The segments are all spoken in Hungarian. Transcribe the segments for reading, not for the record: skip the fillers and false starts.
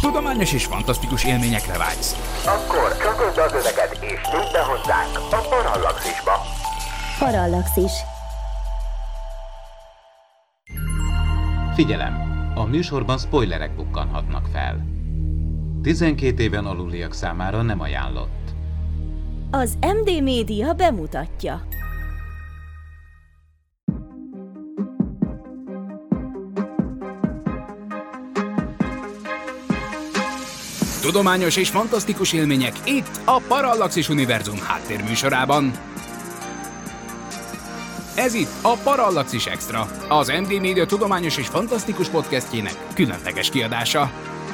Tudományos és fantasztikus élményekre vágysz? Akkor csatold az öveket és nyújt be hozzánk a Parallaxisba. Parallaxis. Figyelem! A műsorban spoilerek bukkanhatnak fel. 12 éven aluliak számára nem ajánlott. Az MD Média bemutatja. Tudományos és fantasztikus élmények itt a Parallaxis Univerzum háttérműsorában. Ez itt a Parallaxis Extra, az MD Média tudományos és fantasztikus podcastjének különleges kiadása.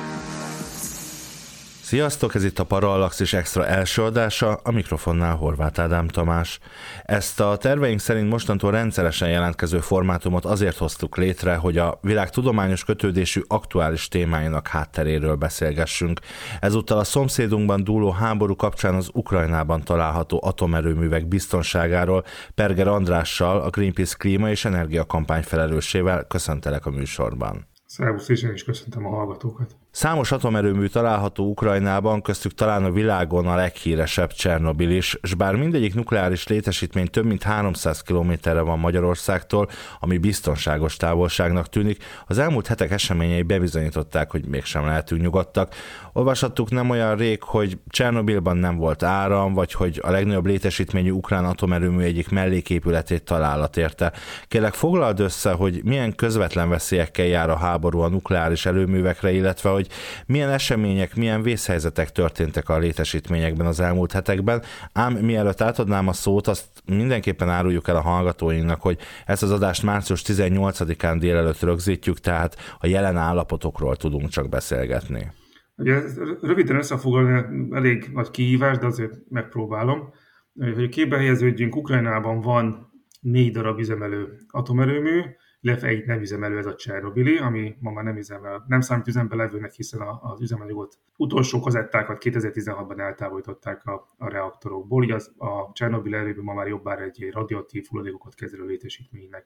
Sziasztok, ez itt a Parallaxis Extra első adása, a mikrofonnál Horváth Ádám Tamás. Ezt a terveink szerint mostantól rendszeresen jelentkező formátumot azért hoztuk létre, hogy a világ tudományos kötődésű aktuális témáinak hátteréről beszélgessünk. Ezúttal a szomszédunkban dúló háború kapcsán az Ukrajnában található atomerőművek biztonságáról Perger Andrással, a Greenpeace klíma és energiakampány felelősével köszöntelek a műsorban. Szervusz, és én is köszöntöm a hallgatókat. Számos atomerőmű található Ukrajnában, köztük talán a világon a leghíresebb Csernobil is, s bár mindegyik nukleáris létesítmény több mint 300 kilométerre van Magyarországtól, ami biztonságos távolságnak tűnik, az elmúlt hetek eseményei bebizonyították, hogy mégsem lehetünk nyugodtak. Olvashattuk nem olyan rég, hogy Csernobilban nem volt áram, vagy hogy a legnagyobb létesítményű ukrán atomerőmű egyik melléképületét találat érte. Kérlek, foglald össze, hogy milyen közvetlen veszélyekkel jár a háború a nukleáris erőművekre, illetve hogy milyen események, milyen vészhelyzetek történtek a létesítményekben az elmúlt hetekben. Ám mielőtt átadnám a szót, azt mindenképpen áruljuk el a hallgatóinknak, hogy ezt az adást március 18-án délelőtt rögzítjük, tehát a jelen állapotokról tudunk csak beszélgetni. Ugye, röviden összefoglalni elég nagy kihívás, de azért megpróbálom. Hogy képbe helyeződjünk, Ukrajnában van 4 darab üzemelő atomerőmű, illetve egy nem üzemelő, ez a Csernobili, ami ma már nem számít üzembe levőnek, hiszen az üzemanyagot, utolsó kazettákat 2016-ban eltávolították a reaktorokból, így a Csernobil erőmű ma már jobbára egy radioaktív hulladékokat kezelő létesítménynek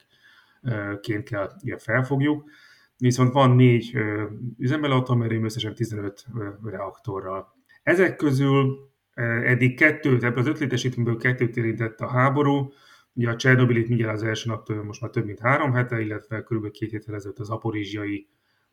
kell felfogjuk. Viszont van 4 üzemelő atomerőmű, összesen 15 reaktorral. Ezek közül eddig ebből az 5 létesítményből 2-t érintett a háború. Ugye a Csernobilit mindjárt az első naptól most már több mint 3 hete, illetve kb. 2 héttel ezelőtt az zaporizsiai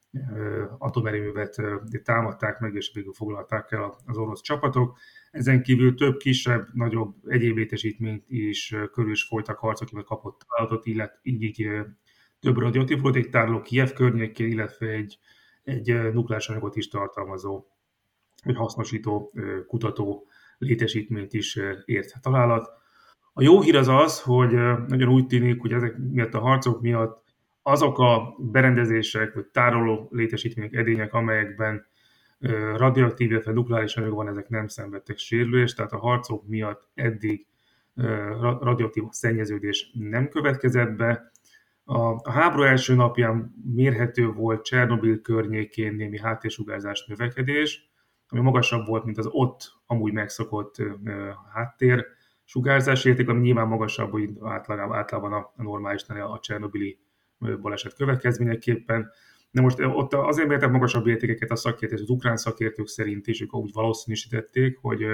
atomerőművet támadták meg, és végül foglalták el az orosz csapatok. Ezen kívül több kisebb, nagyobb egyéb létesítményt is körül is folytak harcok, mert kapott találatot, így több radioaktív hulladéktároló Kijev környékén, illetve egy nukleáris anyagot is tartalmazó, vagy hasznosító, kutató létesítményt is ért találat. A jó hír az, hogy nagyon úgy tűnik, hogy ezek miatt a harcok miatt azok a berendezések, vagy tároló létesítmények, edények, amelyekben radioaktív, illetve nukleáris anyag van, ezek nem szenvedtek sérülést, tehát a harcok miatt eddig radioaktív szennyeződés nem következett be. A háború első napján mérhető volt Csernobil környékén némi háttérsugárzás növekedés, ami magasabb volt, mint az ott amúgy megszokott háttér sugárzás érték, ami nyilván magasabb, hogy általában a normálisnál a csernobili baleset következményeképpen. De most ott azért mértek magasabb értékeket a szakértők, az ukrán szakértők szerint is, ők úgy valószínűsítették, hogy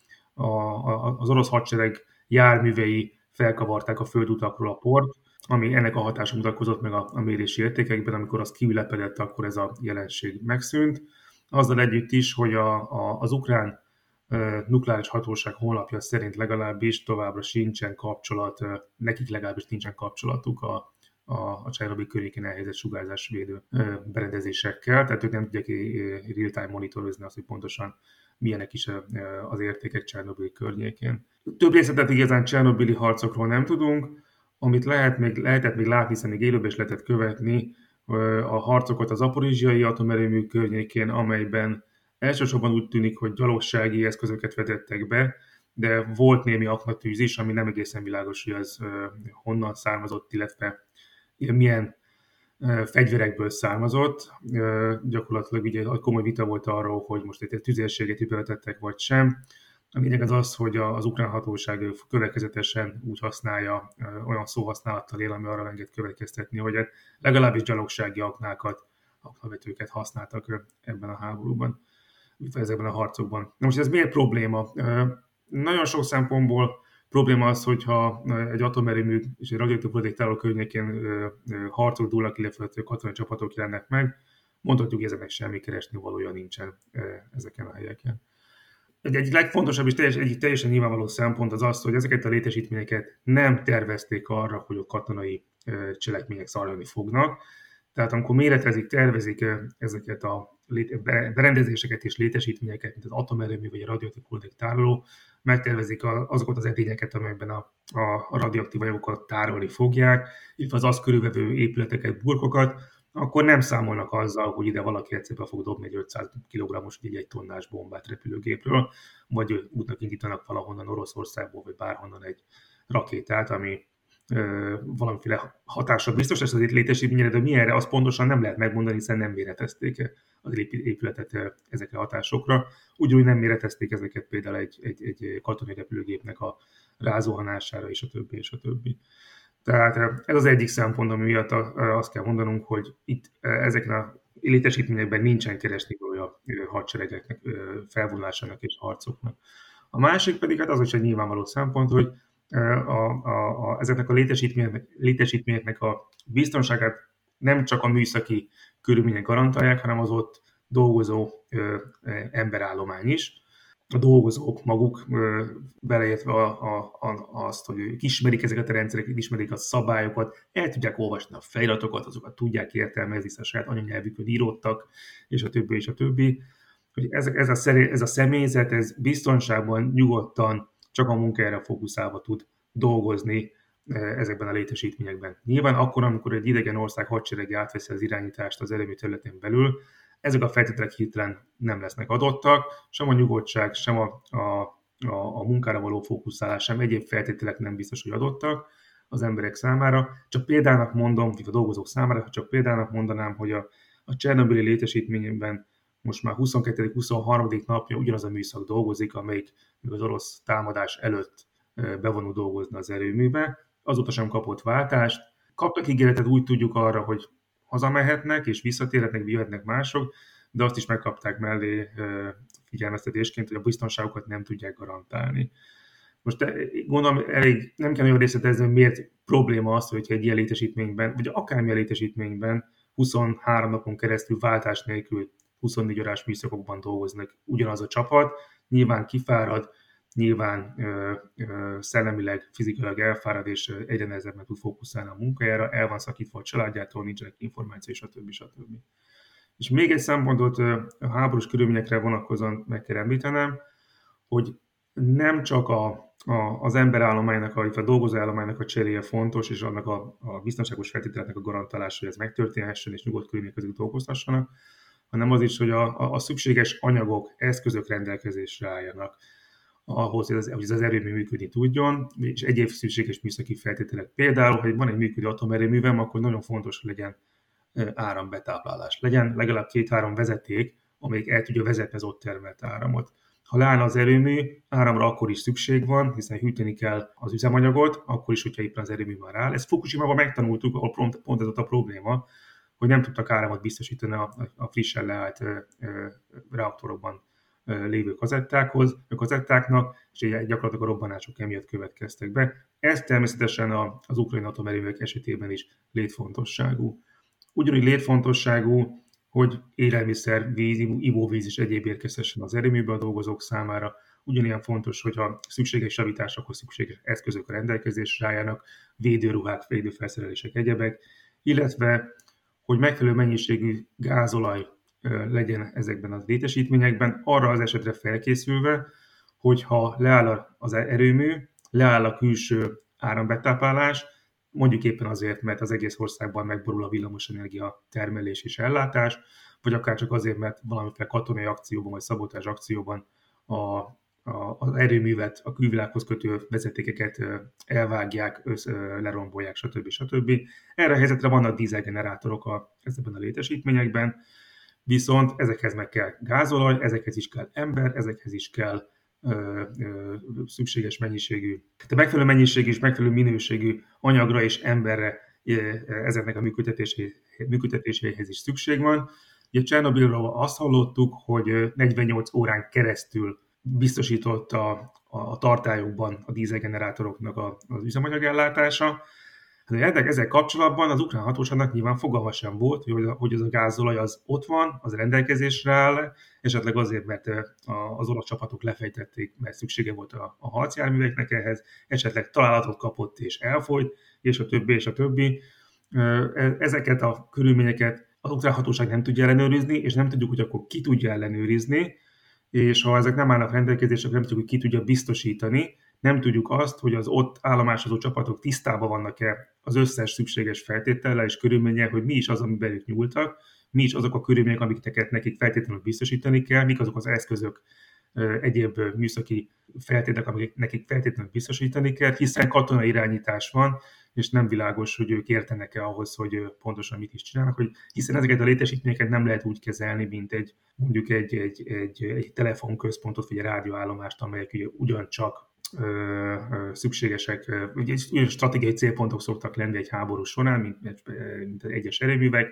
az orosz hadsereg járművei felkavarták a földutakról a port, ami ennek a hatása mutatkozott meg a mérési értékekben, amikor az kiülepedett, akkor ez a jelenség megszűnt. Azzal együtt is, hogy az ukrán nukleáris hatóság honlapja szerint legalábbis továbbra sincsen kapcsolat, nekik legalábbis nincsen kapcsolatuk a Csernobil környékén elhelyezett sugárzásvédő berendezésekkel, tehát ők nem tudják real-time monitorozni azt, hogy pontosan milyenek is az értékek Csernobil környékén. Több részletet igazán csernobili harcokról nem tudunk, amit lehetett még látni, hiszen még élőben is lehetett követni a harcokat az zaporizsiai atomerőmű környékén, amelyben elsősorban úgy tűnik, hogy gyalogsági eszközöket vetettek be, de volt némi aknatűz is, ami nem egészen világos, hogy ez honnan származott, illetve milyen fegyverekből származott. Gyakorlatilag ugye komoly vita volt arról, hogy most egy tüzérséget bevetettek vagy sem. A lényeg az, hogy az ukrán hatóság következetesen úgy használja, olyan szóhasználattal él, ami arra enged következtetni, hogy legalábbis gyalogsági aknákat alapvetőket használtak ebben a háborúban, ezekben a harcokban. Na most ez miért probléma? Nagyon sok szempontból probléma az, hogyha egy atomerőmű és egy radioaktív hulladéktároló környékén harcok dúlnak, illetve katonai csapatok jelennek meg, mondhatjuk, hogy ezeknek semmi keresni valója nincsen ezeken a helyeken. Egy legfontosabb és egy teljesen nyilvánvaló szempont az az, hogy ezeket a létesítményeket nem tervezték arra, hogy a katonai cselekmények zajlani fognak. Tehát amikor méretezik, tervezik ezeket a berendezéseket és létesítményeket, mint az atomerőmű vagy a radioaktív hulladéktároló, megtervezik azokat az edényeket, amelyekben a radioaktív anyagokat tárolni fogják, illetve az azt körülvevő épületeket, burkokat, akkor nem számolnak azzal, hogy ide valaki egyszerűen fog dobni egy 500 kg-os vagy egy tonnás bombát repülőgépről, vagy útnak indítanak valahonnan Oroszországból, vagy bárhonnan egy rakétát, ami valamiféle hatással biztos lesz az itt létesítményre, de mi erre, azt pontosan nem lehet megmondani, hiszen nem méretezték az épületet ezekre a hatásokra. Ugyanúgy nem méretezték ezeket például egy katonai repülőgépnek a rázuhanására, és a többi, és a többi. Tehát ez az egyik szempont, ami miatt azt kell mondanunk, hogy itt ezeken a létesítményekben nincsen keresnivalója hadseregeknek, felvonulásának és harcoknak. A másik pedig hát az is egy nyilvánvaló szempont, hogy ezeknek a létesítményeknek a biztonságát nem csak a műszaki körülmények garantálják, hanem az ott dolgozó emberállomány is. A dolgozók maguk, beleértve azt, hogy ők ismerik ezeket a rendszereket, ismerik a szabályokat, el tudják olvasni a feliratokat, azokat tudják értelmezni, hiszen a saját anyanyelvükön íródtak, és a többi, és a többi. Hogy ez a személyzet, ez biztonságban, nyugodtan, csak a munkájára fókuszálva tud dolgozni ezekben a létesítményekben. Nyilván akkor, amikor egy idegen ország hadserege átveszi az irányítást az erőmű területén belül, ezek a feltételek hirtelen nem lesznek adottak, sem a nyugodtság, sem a munkára való fókuszálás, sem egyéb feltételek nem biztos, hogy adottak az emberek számára. Csak példának mondom, a dolgozók számára, csak példának mondanám, hogy a Csernobili létesítményben most már 22.-23. napja ugyanaz a műszak dolgozik, amelyik az orosz támadás előtt bevonul dolgozni az erőműbe. Azóta sem kapott váltást. Kaptak ígéretet, úgy tudjuk arra, hogy hazamehetnek és visszatérhetnek, jöhetnek mások, de azt is megkapták mellé figyelmeztetésként, hogy a biztonságokat nem tudják garantálni. Most gondolom, nem kell nagyon részletezni, hogy miért probléma az, hogy egy ilyen létesítményben, vagy akármilyen létesítményben 23 napon keresztül váltás nélkül 24 órás műszakokban dolgoznak ugyanaz a csapat, nyilván kifárad, nyilván szellemileg, fizikailag elfárad, és egyre nehezebben tud fókuszálni a munkájára, el van szakítva a családjától, nincsenek információ, stb. És még egy szempontot a háborús körülményekre vonatkozóan meg kell említenem, hogy nem csak az emberállománynak, a dolgozóállománynak a cseréje fontos, és annak a biztonságos feltételeknek a garantálása, hogy ez megtörténhessen, és nyugodt körülmények között dolgozhassanak, hanem az is, hogy a szükséges anyagok, eszközök rendelkezésre álljanak ahhoz, hogy az erőmű működni tudjon, és egyéb szükséges műszaki feltételek. Például, hogy van egy működő atomerőművem, akkor nagyon fontos, hogy legyen árambetáplálás. Legyen legalább 2-3 vezeték, amelyik el tudja vezetni az ott termelt áramot. Ha leáll az erőmű, áramra akkor is szükség van, hiszen hűteni kell az üzemanyagot, akkor is, hogyha éppen az erőmű már áll. Ezt Fukushimában megtanultuk, ahol pont ez ott a probléma, hogy nem tudtak áramot biztosítani a frissen leállt reaktorokban lévő kazettáknak, és gyakorlatilag a robbanások emiatt következtek be. Ez természetesen az ukrajnai atomerőművek esetében is létfontosságú. Ugyanúgy létfontosságú, hogy élelmiszer, víz, ivóvíz és egyéb érkezhessen az erőműbe a dolgozók számára. Ugyanilyen fontos, hogy a szükséges javításokhoz szükséges eszközök a rendelkezésre álljanak, védőruhák, védőfelszerelések, egyebek, illetve hogy megfelelő mennyiségű gázolaj legyen ezekben az létesítményekben, arra az esetre felkészülve, hogyha leáll az erőmű, leáll a külső árambetáplálás, mondjuk éppen azért, mert az egész országban megborul a villamosenergia termelés és ellátás, vagy akár csak azért, mert valamiféle katonai akcióban vagy szabotázs akcióban az erőművet, a külvilághoz kötő vezetékeket elvágják, lerombolják, stb. Erre a helyzetre vannak dízelgenerátorok ezekben a létesítményekben, viszont ezekhez meg kell gázolaj, ezekhez is kell ember, ezekhez is kell szükséges mennyiségű, tehát megfelelő mennyiségű és megfelelő minőségű anyagra és emberre ezeknek a működtetéséhez működtetéséhez is szükség van. Ugye Csernobilról azt hallottuk, hogy 48 órán keresztül biztosított a tartályokban a dízelgenerátoroknak az üzemanyagellátása. Ezzel kapcsolatban az ukrán hatóságnak nyilván fogalma sem volt, hogy az a gázolaj az ott van, az rendelkezésre áll, esetleg azért, mert az orosz csapatok lefejtették, mert szüksége volt a harcjárműveknek ehhez, esetleg találatot kapott és elfolyt, és a többi, és a többi. Ezeket a körülményeket az ukrán hatóság nem tudja ellenőrizni, és nem tudjuk, hogy akkor ki tudja ellenőrizni, és ha ezek nem állnak rendelkezésre, nem tudjuk, hogy ki tudja biztosítani. Nem tudjuk azt, hogy az ott állomásozó csapatok tisztában vannak-e az összes szükséges feltétellel és körülménnyel, hogy mi is az, amiben ők nyúltak, mi is azok a körülmények, amiket nekik feltétlenül biztosítani kell, mik azok az eszközök, egyéb műszaki feltételek, amiket nekik feltétlenül biztosítani kell, hiszen katonai irányítás van, és nem világos, hogy ők értenek-e ahhoz, hogy pontosan mit is csinálnak, hogy hiszen ezeket a létesítményeket nem lehet úgy kezelni, mint mondjuk egy telefonközpontot, vagy egy rádióállomást, amelyek ugye ugyancsak szükségesek, ugye stratégiai célpontok szoktak lenni egy háború során, mint egyes erőművek.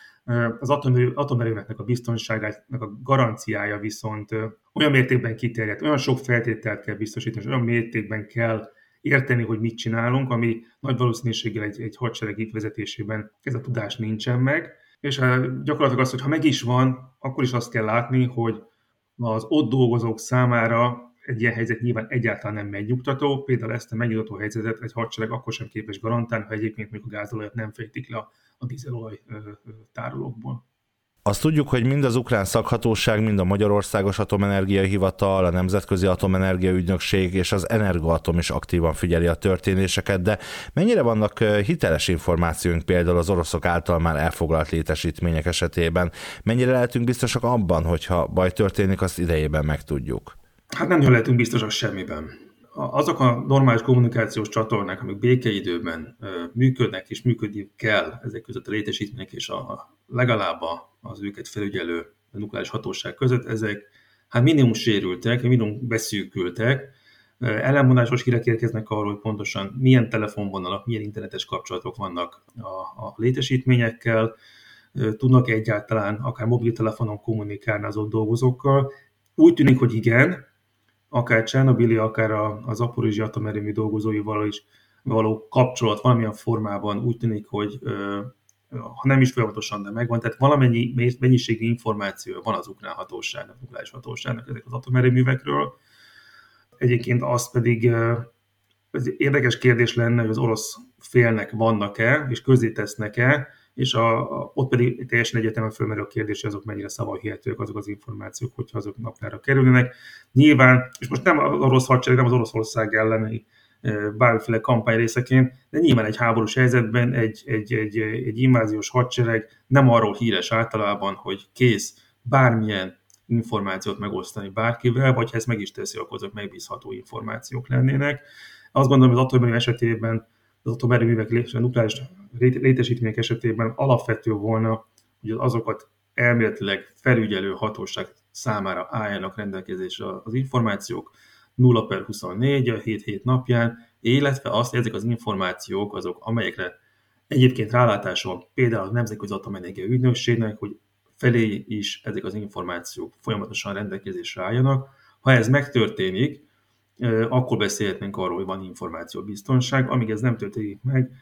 Az atomerőmeknek a biztonságának a garanciája viszont olyan mértékben kiterjedt, olyan sok feltételt kell biztosítani, és olyan mértékben kell érteni, hogy mit csinálunk, ami nagy valószínűséggel egy hadsereg vezetésében ez a tudás nincsen meg. És gyakorlatilag az, hogy ha meg is van, akkor is azt kell látni, hogy az ott dolgozók számára egy ilyen helyzet nyilván egyáltalán nem megnyugtató. Például ezt a megnyugtató helyzetet egy hadsereg akkor sem képes garantálni, ha egyébként még a gázolajat nem fejtik le a dízelolaj tárolókból. Azt tudjuk, hogy mind az ukrán szakhatóság, mind a Magyarországos Atomenergia Hivatal, a Nemzetközi Atomenergia Ügynökség és az Energoatom is aktívan figyeli a történéseket, de mennyire vannak hiteles információink például az oroszok által már elfoglalt létesítmények esetében? Mennyire lehetünk biztosak abban, hogyha baj történik, azt idejében megtudjuk? Hát nem lehetünk biztosak semmiben. Azok a normális kommunikációs csatornák, amik békeidőben működnek és működni kell ezek között a létesítmények és legalább az őket felügyelő nukleáris hatóság között, ezek hát minimum sérültek, minimum beszűkültek. Ellenmondásos hírek érkeznek arról, hogy pontosan milyen telefonvonalak, milyen internetes kapcsolatok vannak a létesítményekkel, tudnak egyáltalán akár mobiltelefonon kommunikálni az ott dolgozókkal. Úgy tűnik, hogy igen, akár Csernobili, akár a Zaporizsjai atomerőmű dolgozóival is való kapcsolat valamilyen formában úgy tűnik, hogy ha nem is folyamatosan, de megvan. Tehát valamennyi mennyiségű információ van az ukrán hatóságnak, nukleáris hatóságnak ezek az atomerőművekről. Egyébként az pedig ez érdekes kérdés lenne, hogy az orosz félnek vannak-e, és közzétesznek-e, és ott pedig teljesen egyetemen fölmerül a kérdés, hogy azok mennyire szavahihetőek azok az információk, hogyha azok napjára kerülnek. Nyilván, és most nem az orosz hadsereg, nem az Oroszország elleni bármiféle kampány részeként, de nyilván egy háborús helyzetben egy inváziós hadsereg nem arról híres általában, hogy kész bármilyen információt megosztani bárkivel, vagy ha ezt meg is teszi, akkor azok megbízható információk lennének. Azt gondolom, hogy az atomerőmű esetében, az atomerőművek és a nukleáris létesítmények esetében alapvető volna, hogy azokat elméletileg felügyelő hatóság számára álljanak rendelkezésre az információk 0/24 a 7 napján, illetve azt, hogy ezek az információk azok, amelyekre egyébként rálátáson például a Nemzetközi Atomenergia Ügynökségnek, hogy felé is ezek az információk folyamatosan rendelkezésre álljanak. Ha ez megtörténik, akkor beszélhetnénk arról, hogy van információbiztonság. Amíg ez nem történik meg,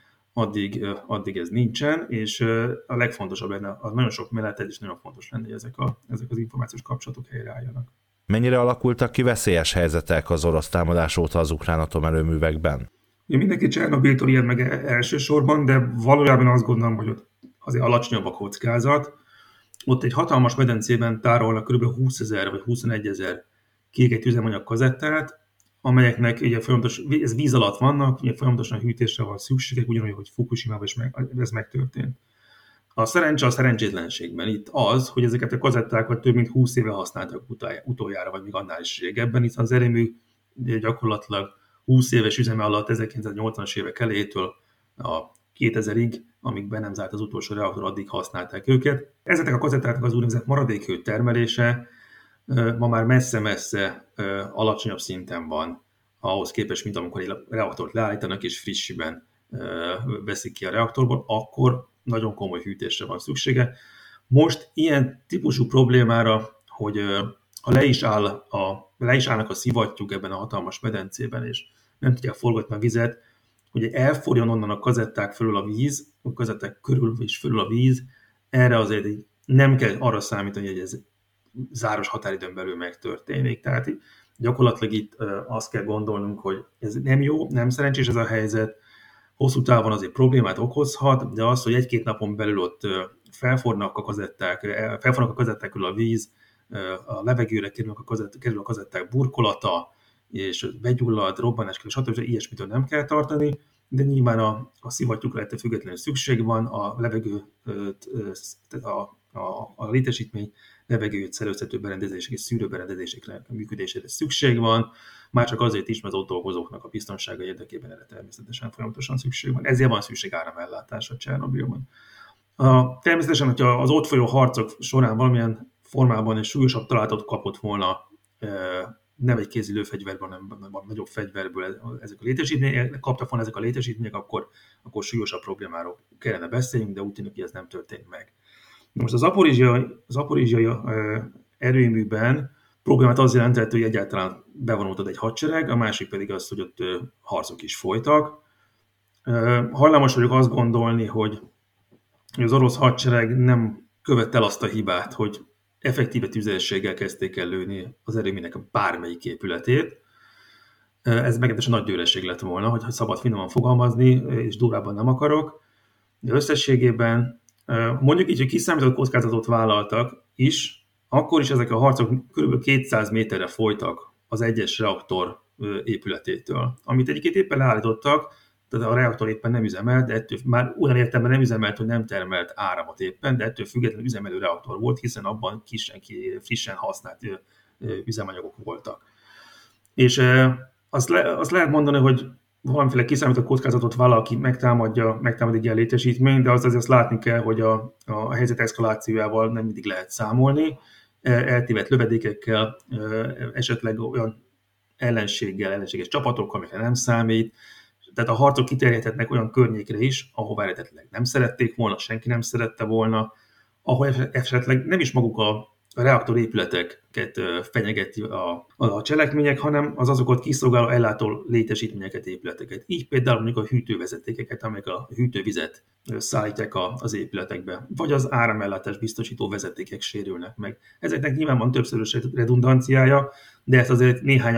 addig ez nincsen, és a legfontosabb lenne, az nagyon sok mellett is nagyon fontos lenne, hogy ezek az információs kapcsolatok helyreálljanak. Mennyire alakultak ki veszélyes helyzetek az orosz támadás óta az ukrán atomerőművekben? Mindenki Csernobiltól ijed meg elsősorban, de valójában azt gondolom, hogy ott azért alacsonyabb a kockázat. Ott egy hatalmas medencében tárolnak kb. 20 000 vagy 21 000 kiégett üzemanyag kazettát, amelyeknek ugye ez víz alatt vannak, ugye folyamatosan hűtésre van szükségek, ugyanúgy, hogy Fukushimában is ez megtörtént. A szerencse a szerencsétlenségben itt az, hogy ezeket a kazettákat több mint 20 éve használtak utoljára, vagy még annál is régebben, hiszen az erőmű gyakorlatilag 20 éves üzeme alatt 1980-as évek elejétől a 2000-ig, amíg be nem zárt az utolsó reaktor, addig használták őket. Ezeknek a kazettáknak az úgynevezett maradékhő termelése ma már messze-messze alacsonyabb szinten van ahhoz képest, mint amikor egy reaktort leállítanak és frissiben veszik ki a reaktorból, akkor nagyon komoly hűtésre van szüksége. Most ilyen típusú problémára, hogy ha le is állnak a szivattyúk ebben a hatalmas medencében, és nem tudják forgatni a vizet, hogy elforjon onnan a kazetták fölül a víz, a kazetták körül is fölül a víz, erre azért nem kell arra számítani, hogy ez záros határidőn belül megtörténik. Tehát gyakorlatilag itt azt kell gondolnunk, hogy ez nem jó, nem szerencsés ez a helyzet, hosszú távon azért problémát okozhat, de az, hogy egy-két napon belül ott felfornak a kazetták körül a víz, a levegőre kerül a kazetták burkolata, és begyullad, robbanás, stb. Ilyesmitől nem kell tartani, de nyilván a szivattyúkra ettől függetlenül szükség van, a levegő, a létesítmény levegőt szerőztető berendezések és szűrőberendezések működésére szükség van, már csak azért is, mert az ott dolgozóknak a biztonsága érdekében erre természetesen folyamatosan szükség van. Ezért van szükség áramellátásra Csernobilban. Természetesen, hogyha az ott folyó harcok során valamilyen formában egy súlyosabb találatot kapott volna, nem egy kézi lőfegyverből, hanem nagyobb fegyverből ezek a létesítmények, kaptak volna ezek a létesítmények, akkor súlyosabb problémáról kellene beszéljünk, de úgy tűnik, hogy ez nem történt meg. Most az zaporizsiai erőműben problémát az jelentett, hogy egyáltalán bevonult egy hadsereg, a másik pedig az, hogy ott harcok is folytak. Hajlamos vagyok azt gondolni, hogy az orosz hadsereg nem követte el azt a hibát, hogy effektíve tüzérséggel kezdték el lőni az erőműnek bármelyik épületét. Ez meglehetősen nagy győresség lett volna, hogy szabad finoman fogalmazni, és durvábban nem akarok. De összességében mondjuk így, hogy kiszámított kockázatot vállaltak is, akkor is ezek a harcok kb. 200 méterre folytak az egyes reaktor épületétől, amit egyébként éppen leállítottak, tehát a reaktor éppen nem üzemelt, de ettől már olyan értelemben nem üzemelt, hogy nem termelt áramot éppen, de ettől függetlenül üzemelő reaktor volt, hiszen abban frissen használt üzemanyagok voltak. És azt lehet mondani, hogy valamiféle kiszámított kockázatot vállal, aki megtámad egy ilyen létesítményt, de azért azt látni kell, hogy a helyzet eszkalációjával nem mindig lehet számolni, eltévedt lövedékekkel, esetleg olyan ellenséges csapatokkal, amikre nem számít. Tehát a harcok kiterjedhetnek olyan környékre is, ahová eredetileg nem szerették volna, senki nem szerette volna, ahol esetleg nem is maguk a reaktorépületeket fenyegeti a cselekmények, hanem az azokat kiszolgáló ellátó létesítményeket, épületeket. Így például mondjuk a hűtővezetékeket, amelyek a hűtővizet szállítják az épületekbe, vagy az áramellátás biztosító vezetékek sérülnek meg. Ezeknek nyilván van többszörös redundanciája, de ezt azért néhány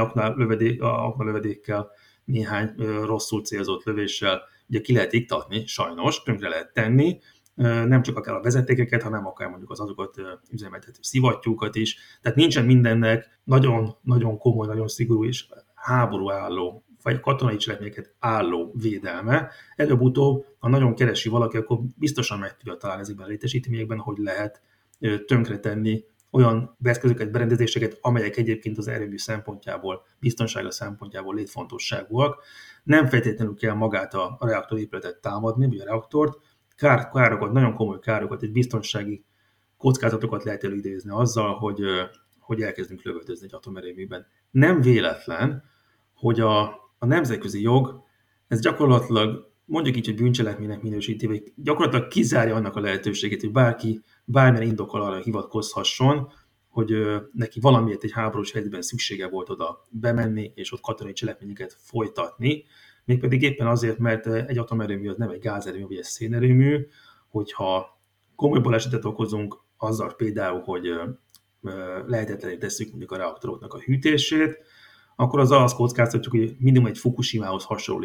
aknalövedékkel, néhány rosszul célzott lövéssel ugye ki lehet iktatni, sajnos, tönkre lehet tenni, nem csak akár a vezetékeket, hanem akár mondjuk az azokat üzemeltető szivattyúkat is. Tehát nincsen mindennek nagyon komoly, nagyon szigorú és háború álló, vagy katonai cselekményeket álló védelme. Előbb-utóbb, ha nagyon keresi valaki, akkor biztosan meg tudja találni ezekben a létesítményekben, hogy lehet tönkretenni olyan eszközöket, berendezéseket, amelyek egyébként az erőmű szempontjából, biztonsága szempontjából létfontosságúak. Nem feltétlenül kell magát a reaktorépületet támadni, vagy a reaktort, károkat, nagyon komoly károkat, egy biztonsági kockázatokat lehet előidézni azzal, hogy elkezdünk lövöldözni egy atomerőműben. Nem véletlen, hogy a nemzetközi jog, ez gyakorlatilag, mondjuk így, hogy bűncselekménynek minősíti, vagy gyakorlatilag kizárja annak a lehetőségét, hogy bárki bármilyen indokkal arra hivatkozhasson, hogy neki valamiért egy háborús helyzetben szüksége volt oda bemenni, és ott katonai cselekményeket folytatni, mégpedig éppen azért, mert egy atomerőmű az nem egy gázerőmű, vagy egy szénerőmű, hogyha komoly balesetet okozunk azzal például, hogy lehetetlené tesszük mondjuk a reaktoroknak a hűtését, akkor az azt kockáztatjuk, hogy minimum egy Fukushimához hasonló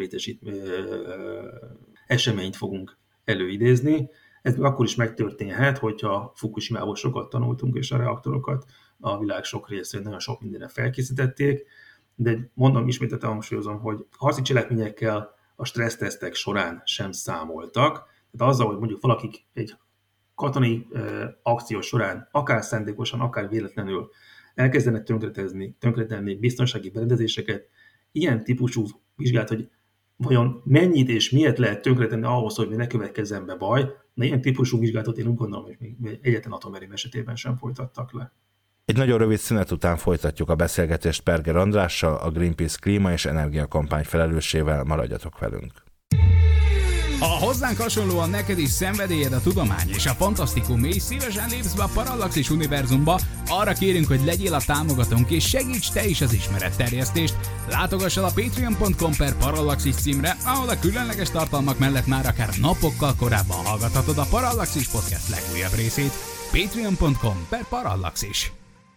eseményt fogunk előidézni. Ez akkor is megtörténhet, hogyha Fukushimából sokat tanultunk, és a reaktorokat a világ sok részén nagyon sok mindenre felkészítették, de mondom, ismételten hangsúlyozom, hogy harci cselekményekkel a stressztesztek során sem számoltak. Tehát azzal, hogy mondjuk valakik egy katonai akció során, akár szándékosan, akár véletlenül elkezdenek tönkretenni biztonsági berendezéseket, ilyen típusú vizsgálat, hogy vajon mennyit és miért lehet tönkretenni ahhoz, hogy ne következzen be baj, de ilyen típusú vizsgálatot én úgy gondolom, hogy még egyetlen atomerőmű esetében sem folytattak le. Egy nagyon rövid szünet után folytatjuk a beszélgetést Perger Andrással, a Greenpeace klíma és energiakampány felelősével, maradjatok velünk. Ha hozzánk hasonlóan neked is szenvedélyed a tudomány és a fantasztikum, és szívesen lépsz be a Parallaxis univerzumba, arra kérünk, hogy legyél a támogatónk és segíts te is az ismeretterjesztést. Látogass el a patreon.com/Parallaxis címre, ahol a különleges tartalmak mellett már akár napokkal korábban hallgathatod a Parallaxis podcast legújabb részét. patreon.com/Parallaxis.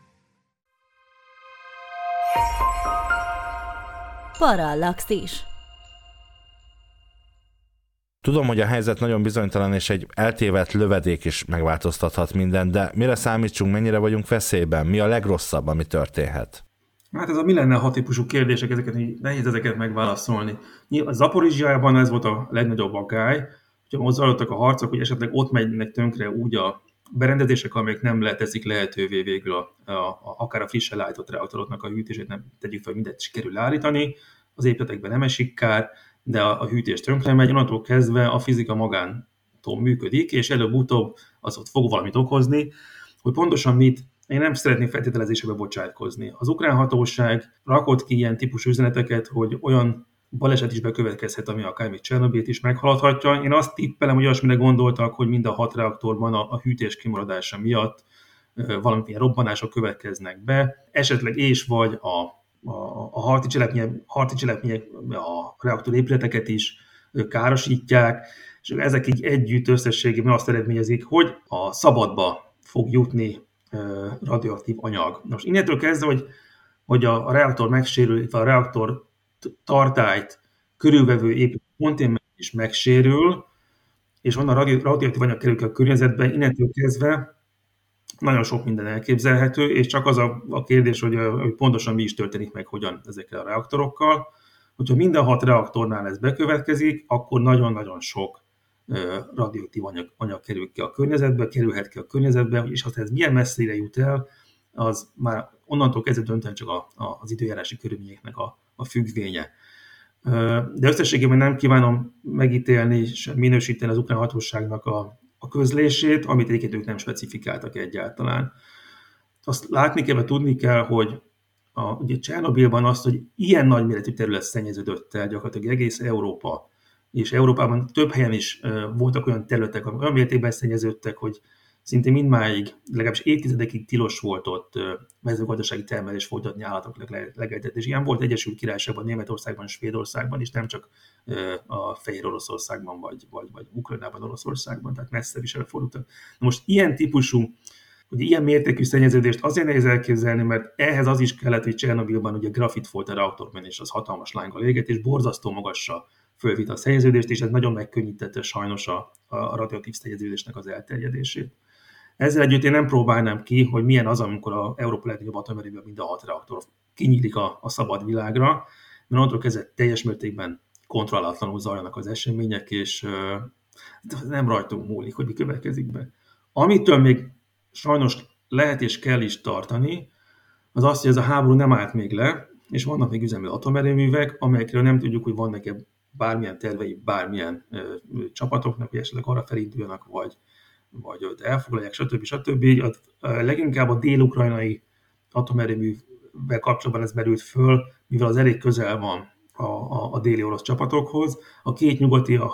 Parallaxis. Tudom, hogy a helyzet nagyon bizonytalan, és egy eltévedt lövedék is megváltoztathat mindent, de mire számítsunk, mennyire vagyunk veszélyben? Mi a legrosszabb, ami történhet? Hát ez a mi lenne ha típusú kérdések, nehéz ezeket megválaszolni. A Zaporizsjában ez volt a legnagyobb aggály, hogyha ott zajlottak a harcok, hogy esetleg ott mennek tönkre úgy a berendezések, amelyek nem teszik lehetővé végül akár a frissen állított reaktoroknak a hűtését, nem tegyük fel, mindent sikerül állítani, az épületekben nem esik kár, de a hűtés tönkre megy, onnantól kezdve a fizika magántól működik, és előbb-utóbb az ott fog valamit okozni, hogy pontosan mit, én nem szeretnék feltételezésekbe bocsátkozni. Az ukrán hatóság rakott ki ilyen típusú üzeneteket, hogy olyan baleset is bekövetkezhet, ami akár még Csernobilt is meghaladhatja. Én azt tippelem, hogy olyasmire gondoltak, hogy mind a 6 reaktorban a hűtés kimaradása miatt valamilyen robbanások következnek be, esetleg vagy a harci cselekmények a reaktor épületeket is károsítják, és ezek így együtt összességében azt eredményezik, hogy a szabadba fog jutni radioaktív anyag. Most innentől kezdve, hogy a reaktor megsérül, a reaktor tartályt körülvevő épület konténment is megsérül, és onnan radioaktív anyag kerül a környezetbe, innentől kezdve nagyon sok minden elképzelhető, és csak az a kérdés, hogy pontosan mi is történik meg, hogyan ezekkel a reaktorokkal. Hogyha minden 6 reaktornál ez bekövetkezik, akkor nagyon-nagyon sok radioaktív anyag kerülhet ki a környezetbe, és ha ez milyen messzire jut el, az már onnantól kezdve döntően csak az időjárási körülményeknek a függvénye. De összességében nem kívánom megítélni és minősíteni az ukrán hatóságnak a közlését, amit egyébként ők nem specifikáltak egyáltalán. Azt látni kell, vagy tudni kell, hogy ugye Csernobilban azt, hogy ilyen nagyméretű terület szennyeződött el gyakorlatilag egész Európa, és Európában több helyen is voltak olyan területek, amik olyan mértékben szennyeződtek, hogy szinte mindmáig, legalábbis évtizedekig tilos volt ott mezőgazdasági termelés folytatni, állatok legeltet. És ilyen volt Egyesült Királyságban, Németországban, Svédországban, és nem csak a Fehér Oroszországban, vagy Ukrajnában, Oroszországban, tehát messzebb is elfordultak. Na most ilyen típusú, ugye ilyen mértékű szennyeződést azért nehéz elképzelni, mert ehhez az is kellett, hogy Csernobilban ugye grafit volt a reaktorban, és az hatalmas lánggal égett, és borzasztó magasra fölvitt a szennyeződést, és ez nagyon megkönnyítette sajnos a radioaktív szennyeződésnek az elterjedését. Ezzel együtt én nem próbálnám ki, hogy milyen az, amikor az Európa legnagyobb atomerőműben mind a 6 reaktor kinyílik a szabad világra, mert onnantól kezdve teljes mértékben kontrollálatlanul zajlanak az események, és nem rajtunk múlik, hogy mi következik be. Amitől még sajnos lehet és kell is tartani, az azt, hogy ez a háború nem állt még le, és vannak még üzemelő atomerőművek, amelyekről nem tudjuk, hogy vannak-e bármilyen tervei, bármilyen csapatoknak, hogy esetleg arra felinduljanak, vagy elfoglalják, stb. Leginkább a dél-ukrajnai atomerőművel kapcsolatban ez merült föl, mivel az elég közel van a déli orosz csapatokhoz. A két nyugati, a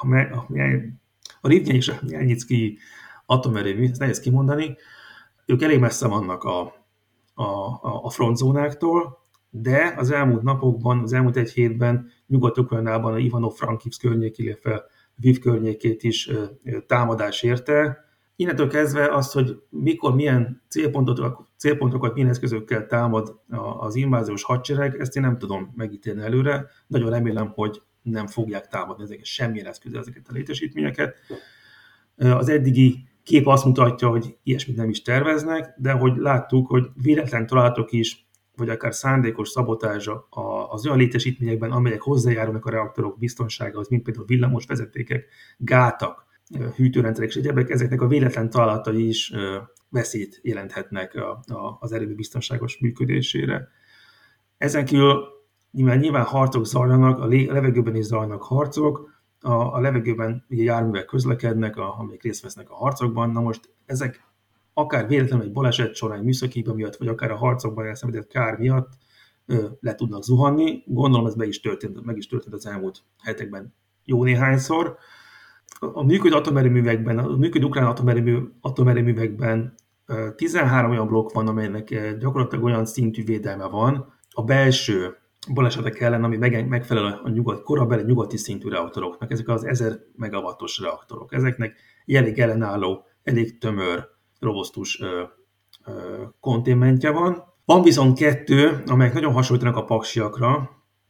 Rivnyen és a Hmelnyicki atomerőmű, ezt nehéz kimondani, ők elég messze vannak a frontzónáktól, de az elmúlt napokban, az elmúlt egy hétben Nyugat-Ukrajnában a Ivano-Frankivszk környék, illetve Lviv környékét is támadás érte. Innentől kezdve az, hogy mikor milyen célpontokat, milyen eszközökkel támad az inváziós hadsereg, ezt én nem tudom megítélni előre. Nagyon remélem, hogy nem fogják támadni ezeket semmilyen eszközzel ezeket a létesítményeket. Az eddigi kép azt mutatja, hogy ilyesmit nem is terveznek, de hogy láttuk, hogy véletlen találatok is, vagy akár szándékos szabotázsa az olyan létesítményekben, amelyek hozzájárulnak a reaktorok biztonságához, mint például villamos vezetékek, gátak, hűtőrendszerek és egyebek, ezeknek a véletlen találatai is veszélyt jelenthetnek az erőmű biztonságos működésére. Ezen kívül nyilván harcok zajlanak, a levegőben is zajlanak harcok, a levegőben ugye járművek közlekednek, amelyek részt vesznek a harcokban. Na most ezek akár véletlenül egy baleset során, műszaki hiba miatt, vagy akár a harcokban elszenvedett kár miatt le tudnak zuhanni. Gondolom ez meg is történt az elmúlt hetekben jó néhányszor. a működő atomerőművekben, a működő ukrán atomerőművekben 13 olyan blokk van, amelynek gyakorlatilag olyan szintű védelme van a belső balesetek ellen, ami megfelel a korabeli nyugati szintű reaktoroknak. Ezek az 1000 megawattos reaktorok. Ezeknek elég ellenálló, elég tömör, robosztus konténmentje van. Van viszont 2, amelyek nagyon hasonlítanak a paksiakra,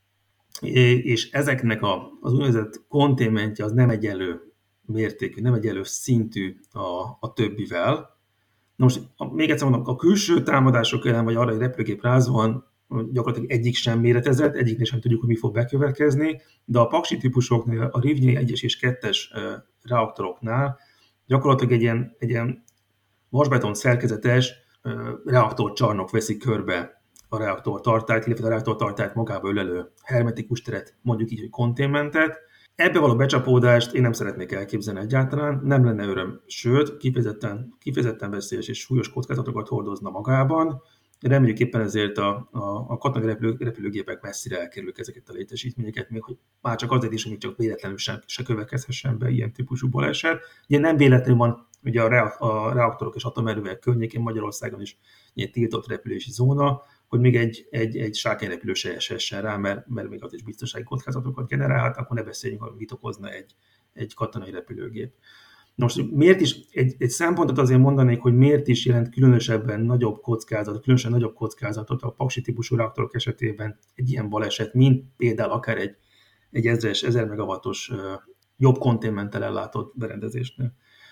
és ezeknek az úgynevezett konténmentje az nem egyenlő mértékű, nem egyenlő szintű a többivel. Na most még egyszer mondom, a külső támadások ellen, vagy arra egy repülőgép rázóan gyakorlatilag egyik sem méretezett, egyiknél sem tudjuk, hogy mi fog bekövetkezni, de a paksi típusoknál, a Rivnyai 1-es és 2-es reaktoroknál gyakorlatilag egy ilyen vasbeton szerkezetes reaktorcsarnok veszi körbe a reaktortartályt, illetve a reaktortartályt magába ölelő hermetikus teret, mondjuk így, hogy konténmentet. Ebbe való becsapódást én nem szeretnék elképzelni egyáltalán, nem lenne öröm, sőt, kifejezetten veszélyes és súlyos kockázatokat hordozna magában. Reméljük éppen ezért a katonai repülőgépek messzire elkerülik ezeket a létesítményeket, még hogy már csak azért is, hogy csak véletlenül se következhessen be ilyen típusú baleset. Ugye nem véletlenül van ugye a reaktorok és atomerőművek környékén Magyarországon is ilyen tiltott repülési zóna, hogy még egy sárkányrepülő se esessen rá, mert még az is biztonsági kockázatokat generálhat, akkor ne beszéljünk, hogy mit okozna egy katonai repülőgép. Most miért is, egy szempontot azért mondanék, hogy miért is jelent különösen nagyobb kockázatot a paksi típusú reaktorok esetében egy ilyen baleset, mint például akár egy 1000 megawattos jobb konténmenttel ellátott berendezésnél.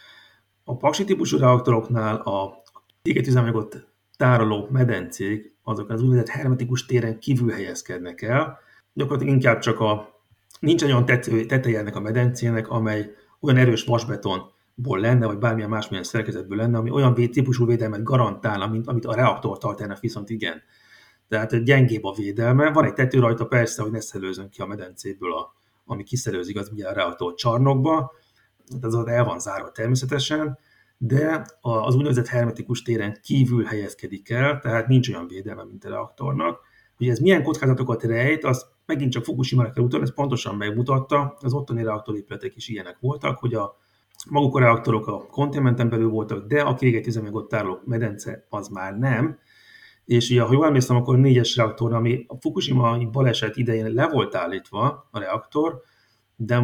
A paksi típusú reaktoroknál a égetüzemanyagot tároló medencék, azok az úgynevezett hermetikus téren kívül helyezkednek el. Gyakorlatilag inkább csak nincs olyan teteje ennek a medencének, amely olyan erős vasbetonból lenne, vagy bármilyen másmilyen szerkezetből lenne, ami olyan típusú védelmet garantálna, mint amit a reaktortartálynak viszont igen. Tehát gyengébb a védelme. Van egy tető rajta persze, hogy ne szelőzön ki a medencéből, ami kiszerőzik, az ugye a reaktorcsarnokba. Ez el van zárva természetesen, de az úgynevezett hermetikus téren kívül helyezkedik el, tehát nincs olyan védelme, mint a reaktornak. Hogy ez milyen kockázatokat rejt, az megint csak Fukushimára kell utalni, ez pontosan megmutatta, az ottani reaktorépületek is ilyenek voltak, hogy maguk a reaktorok a konténmenten belül voltak, de a kiégett tároló medence az már nem. És ugye, ha jól emlékszem, akkor 4-es reaktor, ami a Fukushima baleset idején le volt állítva a reaktor, de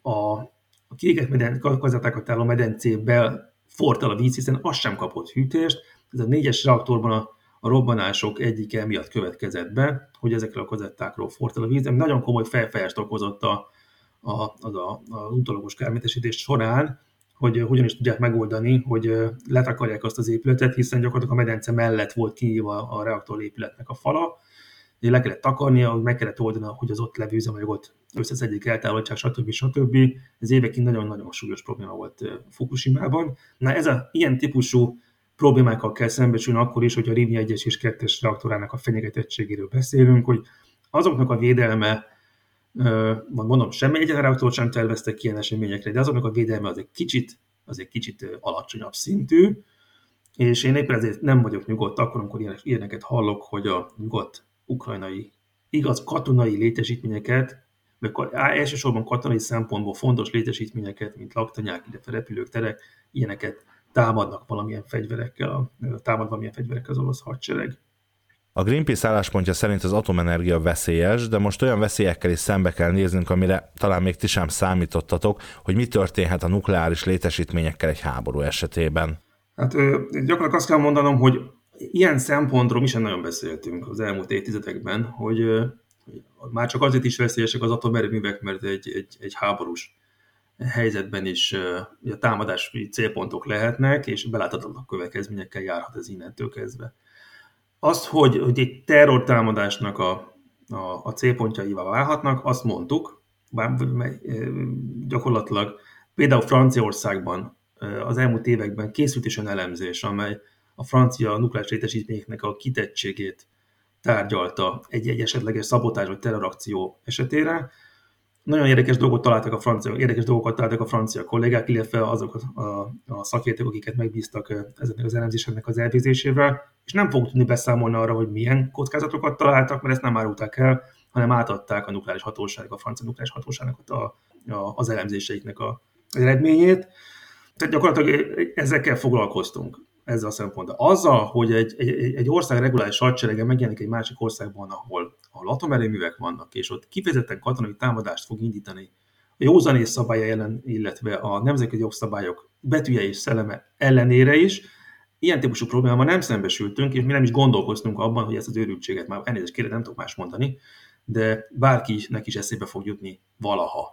a kiégett kazettákat tároló medencébe forrt el a víz, hiszen az sem kapott hűtést. Ez a 4-es reaktorban a robbanások egyike miatt következett be, hogy ezekről a kazettákról forrt el a víz, ami nagyon komoly felfejást okozott az utólagos kármentesítés során, hogy hogyan is tudják megoldani, hogy letakarják azt az épületet, hiszen gyakorlatilag a medence mellett volt kiírva a reaktorépületnek a fala, le kellett takarnia, meg kellett oldani, hogy az ott levő üzemanyagot összeszedjék, eltávolítsák, stb. Ez évekig nagyon-nagyon súlyos probléma volt Fukushimában. Na ilyen típusú problémákkal kell szembesülni akkor is, hogy a Rivnyai 1-es és 2-es reaktorának a fenyegetettségéről beszélünk, hogy azoknak a védelme, mondom, semmi egyetlen reaktort sem terveztek ilyen eseményekre, de azoknak a védelme az egy kicsit alacsonyabb szintű, és én éppen ezért nem vagyok nyugodt akkor, amikor ilyeneket hallok, hogy a nyugat-ukrajnai igaz katonai létesítményeket, vagy elsősorban katonai szempontból fontos létesítményeket, mint laktanyák, illetve repülők, terek, ilyeneket támad valamilyen fegyverekkel az orosz hadsereg. A Greenpeace álláspontja szerint az atomenergia veszélyes, de most olyan veszélyekkel is szembe kell néznünk, amire talán még ti sem számítottatok, hogy mi történhet a nukleáris létesítményekkel egy háború esetében. Hát gyakorlatilag azt kell mondanom, hogy ilyen szempontról mi sem nagyon beszéltünk az elmúlt évtizedekben, hogy már csak azért is veszélyesek az atomerőművek, mert egy háborús helyzetben is a támadási célpontok lehetnek, és beláthatatlan következményekkel járhat ez innentől kezdve. Azt, hogy egy terrortámadásnak a célpontjaivá válhatnak, azt mondtuk, gyakorlatilag például Franciaországban az elmúlt években készült is olyan elemzés, amely a francia nukleáris létesítményeknek a kitettségét tárgyalta egy esetleges szabotázs vagy terrorakció esetére. Nagyon érdekes dolgokat találtak a francia kollégák, illetve azok a szakértők, akiket megbíztak ezeknek az elemzéseknek az elvégzésével, és nem fogunk tudni beszámolni arra, hogy milyen kockázatokat találtak, mert ezt nem árulták el, hanem átadták a francia nukleáris hatóságnak az elemzéseiknek eredményét. Tehát gyakorlatilag ezekkel foglalkoztunk, ezzel a szemponttal. Azzal, hogy egy ország reguláris hadserege megjelenik egy másik országban, ahol atomerőművek vannak, és ott kifejezetten katonai támadást fog indítani a józanész szabálya ellen, illetve a nemzetközi jogszabályok betűje és szelleme ellenére is, ilyen típusú problémával nem szembesültünk, és mi nem is gondolkoztunk abban, hogy ezt az őrültséget, már elnézést kérem, nem tudok más mondani, de bárkinek is eszébe fog jutni valaha.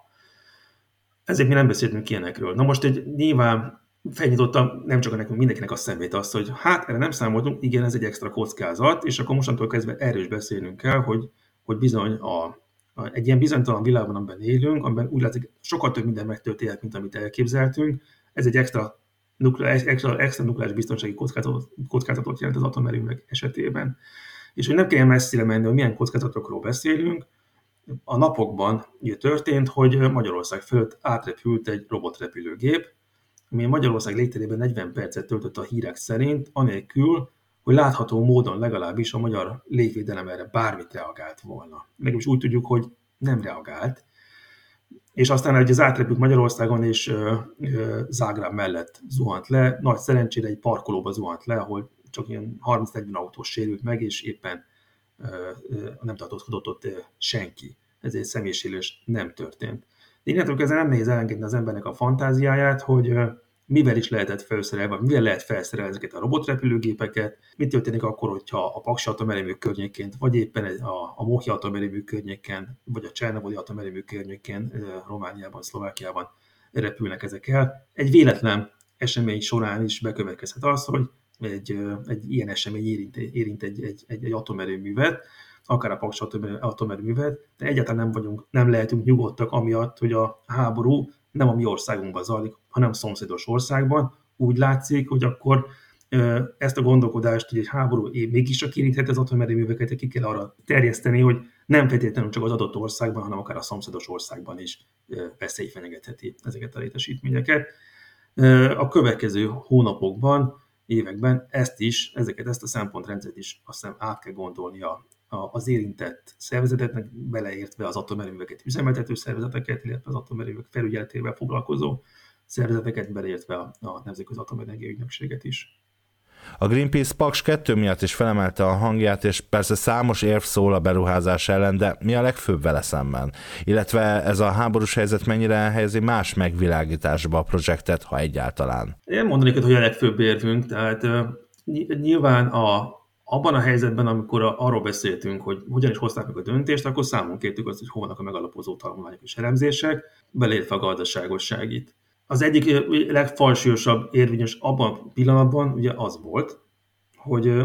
Ezért mi nem beszéltünk ilyenekről. Na most nyilván felnyitotta nem csak nekünk, mindenkinek a szemét azt, hogy hát erre nem számoltunk, igen, ez egy extra kockázat, és akkor mostantól kezdve erről is beszélnünk kell, hogy bizony egy ilyen bizonytalan világban, amiben élünk, amiben úgy látszik, sokkal több minden megtörténhet, mint amit elképzeltünk. Ez egy extra nukleáris biztonsági kockázatot jelent az atomerőművek esetében. És hogy nem kell messzire menni, hogy milyen kockázatokról beszélünk, a napokban ugye történt, hogy Magyarország fölött átrepült egy robotrepülőgép, ami Magyarország légterében 40 percet töltött a hírek szerint, anélkül, hogy látható módon legalábbis a magyar légvédelem erre bármit reagált volna. Legalábbis úgy tudjuk, hogy nem reagált. És aztán, hogy az átrepült Magyarországon és Zágráb mellett zuhant le, nagy szerencsére egy parkolóba zuhant le, ahol csak ilyen 30-40 autós sérült meg, és éppen nem tartózkodott ott senki. Ezért személysérülés nem történt. De innentől kezdve nem nehéz elengedni az embernek a fantáziáját, hogy mivel is lehetett felszerelni, vagy mivel lehet felszerelni ezeket a robotrepülőgépeket, mit történik akkor, hogyha a Paksi atomerőmű környékén, vagy éppen a Mohi atomerőmű környéken, vagy a Csernobili atomerőmű környékén, Romániában, Szlovákiában repülnek ezek el. Egy véletlen esemény során is bekövetkezhet az, hogy egy ilyen esemény érint egy atomerőművet, akár a Paksi atomerőművet, de egyáltalán nem lehetünk nyugodtak amiatt, hogy a háború nem a mi országunkban zajlik, hanem szomszédos országban. Úgy látszik, hogy akkor ezt a gondolkodást, hogy egy háború mégis csak érinthet az atomerőműveket, ki kell arra terjeszteni, hogy nem feltétlenül csak az adott országban, hanem akár a szomszédos országban is veszély fenyegetheti ezeket a létesítményeket. A következő hónapokban, években ezt a szempontrendszert is azt hiszem át kell gondolnia az érintett szervezeteknek, beleértve az atomerőműveket üzemeltető szervezeteket, illetve az atomerőművek felügyeletével foglalkozó szervezeteket, beleértve a Nemzetközi Atomenergia Ügynökséget is. A Greenpeace Paks 2 miatt is felemelte a hangját, és persze számos érv szól a beruházás ellen, de mi a legfőbb vele szemben? Illetve ez a háborús helyzet mennyire helyezi más megvilágításba a projektet, ha egyáltalán? Én mondanék, hogy a legfőbb érvünk, tehát nyilván abban a helyzetben, amikor arról beszéltünk, hogy hogyan is hozták meg a döntést, akkor számon kértük azt, hogy hol vannak a megalapozó tanulmányok és elemzések, beleértve a gazdaságosságit. Az egyik legfalsúlyosabb érvényes abban a pillanatban ugye az volt, hogy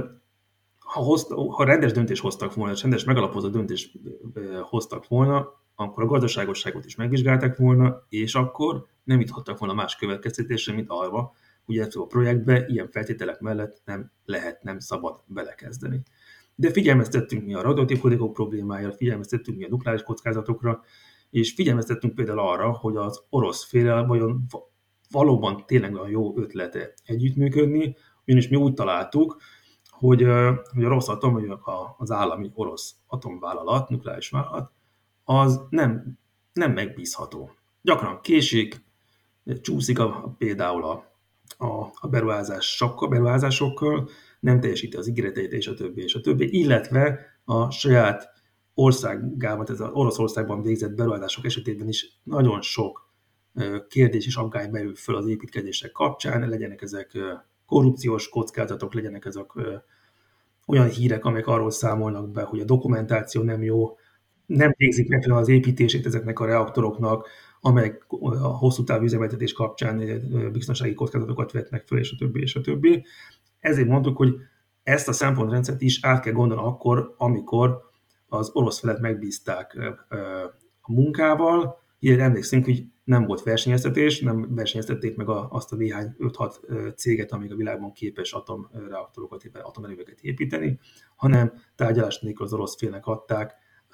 ha rendes döntést hoztak volna, és rendes megalapozott döntést hoztak volna, akkor a gazdaságosságot is megvizsgálták volna, és akkor nem juthattak volna más következtetésre, mint arra, ugye a projektbe ilyen feltételek mellett nem szabad belekezdeni. De figyelmeztettünk mi a radioaktív hulladékok problémájára, figyelmeztettünk mi a nukleáris kockázatokra, és figyelmeztettünk például arra, hogy az orosz féllel vajon valóban tényleg olyan jó ötlete együttműködni, ugyanis mi úgy találtuk, hogy a Rosatom, az állami orosz atomvállalat, nukleáris vállalat, az nem megbízható. Gyakran késik, csúszik például a beruházásokkal, nem teljesíti az ígéreteit, és a többi, illetve a saját országában, ez az Oroszországban végzett beruházások esetében is nagyon sok kérdés és aggály merül föl az építkezések kapcsán, legyenek ezek korrupciós kockázatok, legyenek ezek olyan hírek, amelyek arról számolnak be, hogy a dokumentáció nem jó, nem végzik meg az építését ezeknek a reaktoroknak, amelyek a hosszú távú üzemeltetés kapcsán biztonsági kockázatokat vetnek föl, és a többi. Ezért mondtuk, hogy ezt a szempontrendszert is át kell gondolni akkor, amikor az orosz felet megbízták a munkával. Ilyen emlékszünk, hogy nem volt versenyeztetés, nem versenyeztették meg azt a néhány 5-6 céget, amíg a világban képes atomreaktorokat, atomerőműveket építeni, hanem tárgyalás nélkül az orosz félnek adták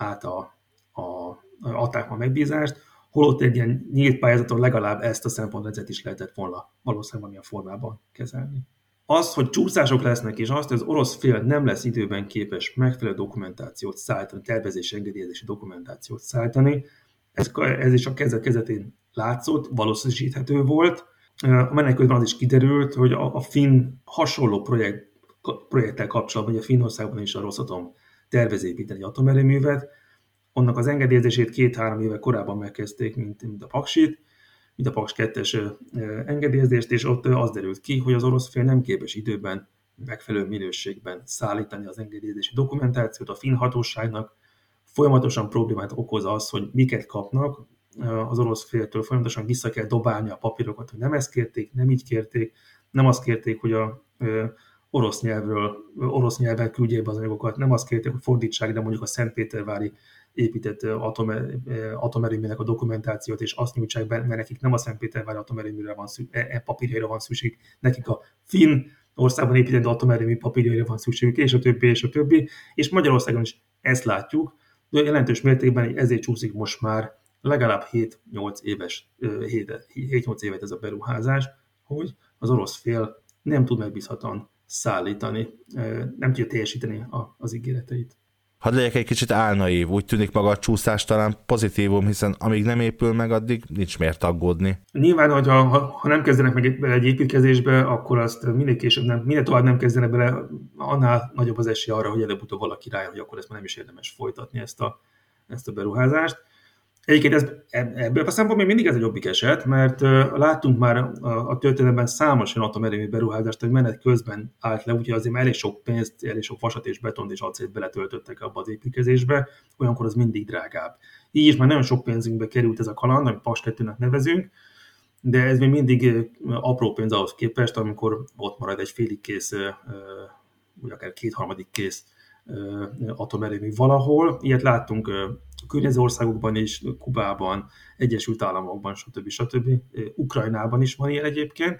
a megbízást, holott egy ilyen nyílt pályázaton legalább ezt a szempontrendszert is lehetett volna valószínűleg valamilyen formában kezelni. Az, hogy csúszások lesznek, és azt, hogy az orosz fél nem lesz időben képes megfelelő dokumentációt szállítani, tervezési, engedélyezési dokumentációt szállítani, ez is a kezdetén látszott, valószínűsíthető volt, amelynek közben az is kiderült, hogy a finn hasonló projekttel kapcsolatban, hogy a Finnországban is a Rosatom tervez építeni egy atomerőművet, annak az engedélyezését 2-3 éve korábban megkezdték, mint a Paksit, mint a Paks 2-es engedélyezést, és ott az derült ki, hogy az orosz fél nem képes időben, megfelelő minőségben szállítani az engedélyezési dokumentációt. A finn hatóságnak folyamatosan problémát okoz az, hogy miket kapnak, az orosz féltől folyamatosan vissza kell dobálni a papírokat, hogy nem ezt kérték, nem így kérték, nem azt kérték, hogy a orosz nyelven küldjék be az anyagokat, nem azt kérték, hogy fordítsák, de mondjuk a Szentpétervári épített atomerőműnek a dokumentációt, és azt nyújtsák be, mert nekik nem a Szentpétervári atomerőműre van szükség, papírjaira van szükség, nekik a finn országban épített atomerőmű papírjaira van szükségük, és a többi, és a többi. És Magyarországon is ezt látjuk, de jelentős mértékben ezért csúszik most már legalább 7-8 évet ez a beruházás, hogy az orosz fél nem tud megbízhatóan szállítani, nem tudja teljesíteni az ígéreteit. Hadd legyek egy kicsit álnaív, úgy tűnik maga a csúszás talán pozitívum, hiszen amíg nem épül meg, addig nincs miért aggódni. Nyilván, hogy ha nem kezdenek meg bele egy építkezésbe, akkor azt minél tovább nem kezdenek bele, annál nagyobb az esély arra, hogy előbb-utóbb valaki rájön, hogy akkor ezt már nem is érdemes folytatni ezt a beruházást. Egyébként ebből a szempontból még mindig ez egy jobbik eset, mert láttunk már a történelemben számos olyan atomerőmű beruházást, hogy menet közben állt le, úgyhogy azért már elég sok pénzt, elég sok vasat és betont és acélt beletöltöttek abba az építkezésbe, olyankor az mindig drágább. Így is már nagyon sok pénzünkbe került ez a kaland, amit Paks 2-nek nevezünk, de ez még mindig apró pénz ahhoz képest, amikor ott marad egy félig kész, vagy akár 2/3 kész atomerőmű valahol. Ilyet láttunk a környező országokban is, Kubában, Egyesült Államokban, stb. Ukrajnában is van ilyen egyébként.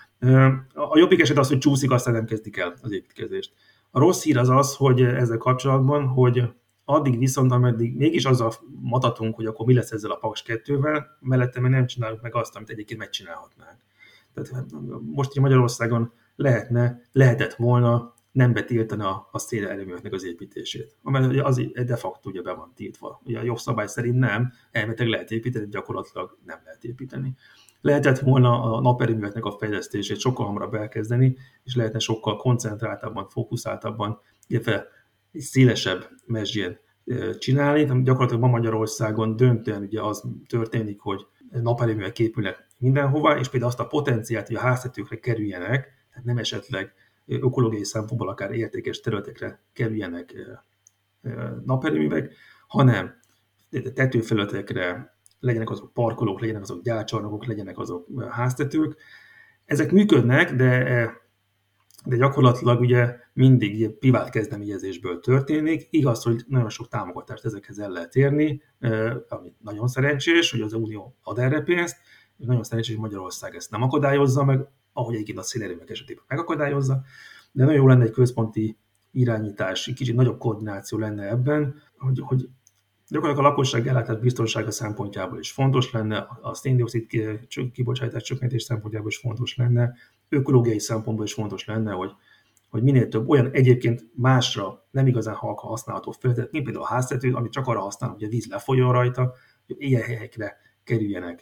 A jobbik eset az, hogy csúszik, aztán nem kezdik el az építkezést. A rossz hír az, hogy ezzel kapcsolatban, hogy addig viszont, ameddig mégis azzal matatunk, hogy akkor mi lesz ezzel a Paks 2-vel, mellette meg nem csináljuk meg azt, amit egyébként megcsinálhatnánk. Tehát most így Magyarországon lehetett volna nem betiltani a szélerőműveknek az építését. Amely az de facto ugye be van tiltva. Ugye a jogszabály szerint nem, elméletileg lehet építeni, gyakorlatilag nem lehet építeni. Lehetett volna a naperőműveknek a fejlesztését sokkal hamarabb elkezdeni, és lehetne sokkal koncentráltabban, fókuszáltabban, illetve egy szélesebb mezsgén csinálni. Gyakorlatilag ma Magyarországon döntően ugye az történik, hogy naperőművek épülnek mindenhova, és például azt a potenciált, hogy a háztetőkre kerüljenek, tehát nem esetleg ökológiai szempontból akár értékes területekre kerüljenek naperőművek, hanem tetőfelületekre, legyenek azok parkolók, legyenek azok gyárcsarnokok, legyenek azok háztetők. Ezek működnek, de gyakorlatilag ugye mindig privát kezdeményezésből történik. Igaz, hogy nagyon sok támogatást ezekhez el lehet érni, ami nagyon szerencsés, hogy az Unió ad erre pénzt, és nagyon szerencsés, hogy Magyarország ezt nem akadályozza meg, ahogy egyébként a szélerőművek esetében megakadályozza, de nagyon jó lenne egy központi irányítás, egy kicsit nagyobb koordináció lenne ebben, hogy gyakorlatilag a lakosság ellátás biztonsága szempontjából is fontos lenne, a széndioxid kibocsátás csökkentés szempontjából is fontos lenne, ökológiai szempontból is fontos lenne, hogy minél több olyan egyébként másra nem igazán halka használható felületet, mint például a háztető, amit csak arra használ, hogy a víz lefolyjon rajta, hogy ilyen helyekre kerüljenek